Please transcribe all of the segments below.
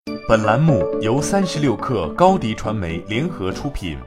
本栏目由36氪高迪传媒联合出品。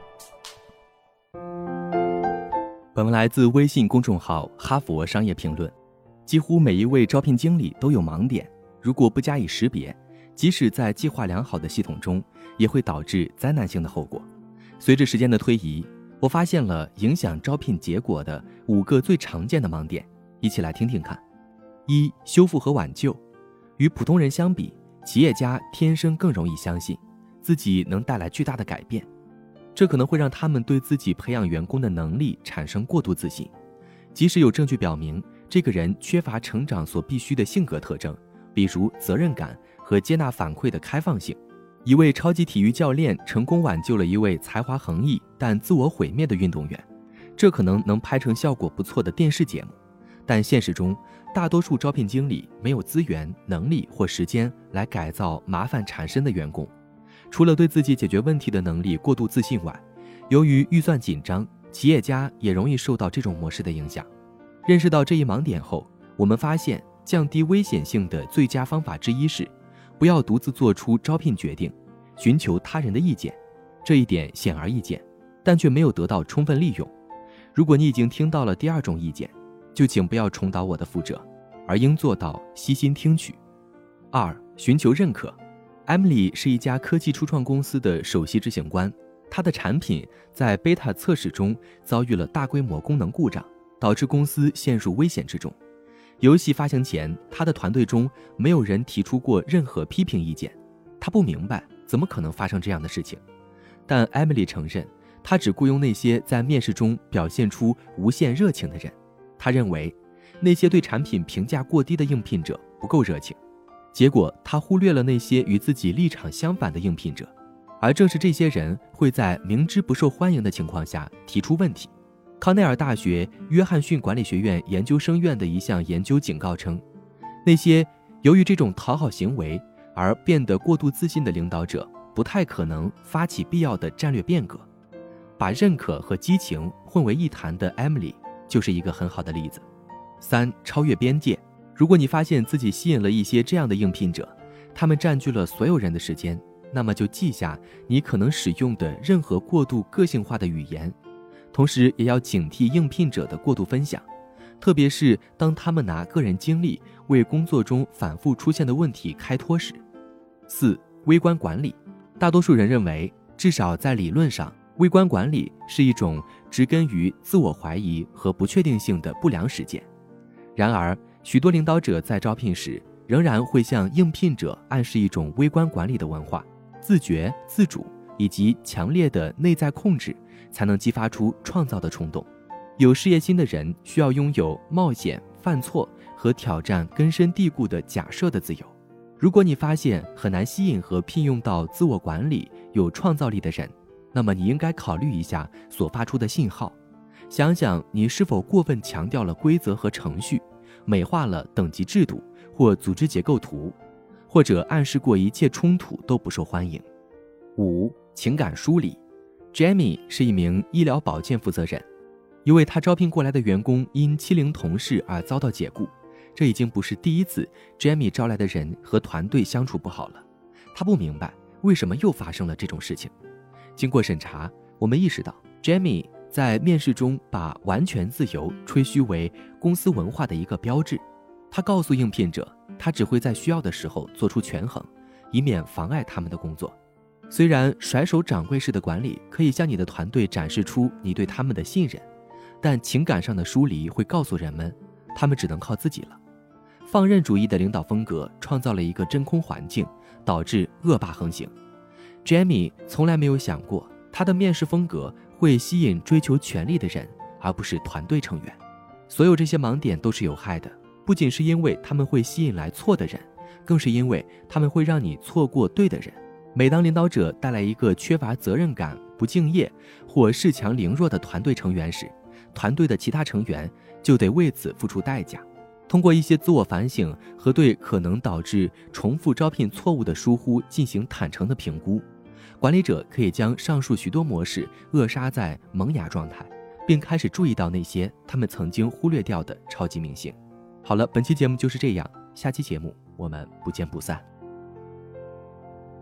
本文来自微信公众号哈佛商业评论。几乎每一位招聘经理都有盲点，如果不加以识别，即使在计划良好的系统中，也会导致灾难性的后果。随着时间的推移，我发现了影响招聘结果的5个最常见的盲点，一起来听听看。1、修复和挽救。与普通人相比，企业家天生更容易相信自己能带来巨大的改变，这可能会让他们对自己培养员工的能力产生过度自信。即使有证据表明这个人缺乏成长所必须的性格特征，比如责任感和接纳反馈的开放性。一位超级体育教练成功挽救了一位才华横溢但自我毁灭的运动员，这可能拍成效果不错的电视节目。但现实中，大多数招聘经理没有资源、能力或时间来改造麻烦缠身的员工。除了对自己解决问题的能力过度自信外，由于预算紧张，企业家也容易受到这种模式的影响。认识到这一盲点后，我们发现降低危险性的最佳方法之一是不要独自做出招聘决定，寻求他人的意见。这一点显而易见，但却没有得到充分利用。如果你已经听到了第2种意见，就请不要重蹈我的覆辙，而应做到悉心听取。2、寻求认可。Emily 是一家科技初创公司的首席执行官，她的产品在 beta 测试中遭遇了大规模功能故障，导致公司陷入危险之中。游戏发行前，她的团队中没有人提出过任何批评意见，她不明白怎么可能发生这样的事情。但 Emily 承认，她只雇佣那些在面试中表现出无限热情的人。他认为那些对产品评价过低的应聘者不够热情，结果他忽略了那些与自己立场相反的应聘者，而正是这些人会在明知不受欢迎的情况下提出问题。康奈尔大学约翰逊管理学院研究生院的一项研究警告称，那些由于这种讨好行为而变得过度自信的领导者不太可能发起必要的战略变革。把认可和激情混为一谈的 Emily就是一个很好的例子。3、超越边界。如果你发现自己吸引了一些这样的应聘者，他们占据了所有人的时间，那么就记下你可能使用的任何过度个性化的语言，同时也要警惕应聘者的过度分享，特别是当他们拿个人经历为工作中反复出现的问题开脱时。4、微观管理。大多数人认为，至少在理论上，微观管理是一种植根于自我怀疑和不确定性的不良实践。然而，许多领导者在招聘时仍然会向应聘者暗示一种微观管理的文化，自觉、自主以及强烈的内在控制才能激发出创造的冲动。有事业心的人需要拥有冒险、犯错和挑战根深蒂固的假设的自由。如果你发现很难吸引和聘用到自我管理、有创造力的人，那么你应该考虑一下所发出的信号，想想你是否过分强调了规则和程序，美化了等级制度或组织结构图，或者暗示过一切冲突都不受欢迎。5、情感梳理。Jamie 是一名医疗保健负责人，一位他招聘过来的员工因欺凌同事而遭到解雇，这已经不是第一次 Jamie 招来的人和团队相处不好了。他不明白为什么又发生了这种事情。经过审查，我们意识到 Jamie 在面试中把完全自由吹嘘为公司文化的一个标志。他告诉应聘者，他只会在需要的时候做出权衡，以免妨碍他们的工作。虽然甩手掌柜式的管理可以向你的团队展示出你对他们的信任，但情感上的疏离会告诉人们，他们只能靠自己了。放任主义的领导风格创造了一个真空环境，导致恶霸横行。Jamie 从来没有想过，他的面试风格会吸引追求权力的人，而不是团队成员。所有这些盲点都是有害的，不仅是因为他们会吸引来错的人，更是因为他们会让你错过对的人。每当领导者带来一个缺乏责任感、不敬业或恃强凌弱的团队成员时，团队的其他成员就得为此付出代价。通过一些自我反省和对可能导致重复招聘错误的疏忽进行坦诚的评估，管理者可以将上述许多模式扼杀在萌芽状态，并开始注意到那些他们曾经忽略掉的超级明星。好了，本期节目就是这样，下期节目我们不见不散。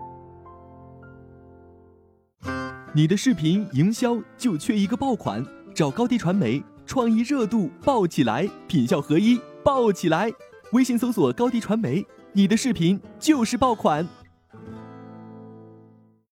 你的视频营销就缺一个爆款，找高迪传媒，创意热度爆起来，品效合一爆起来。微信搜索高迪传媒，你的视频就是爆款。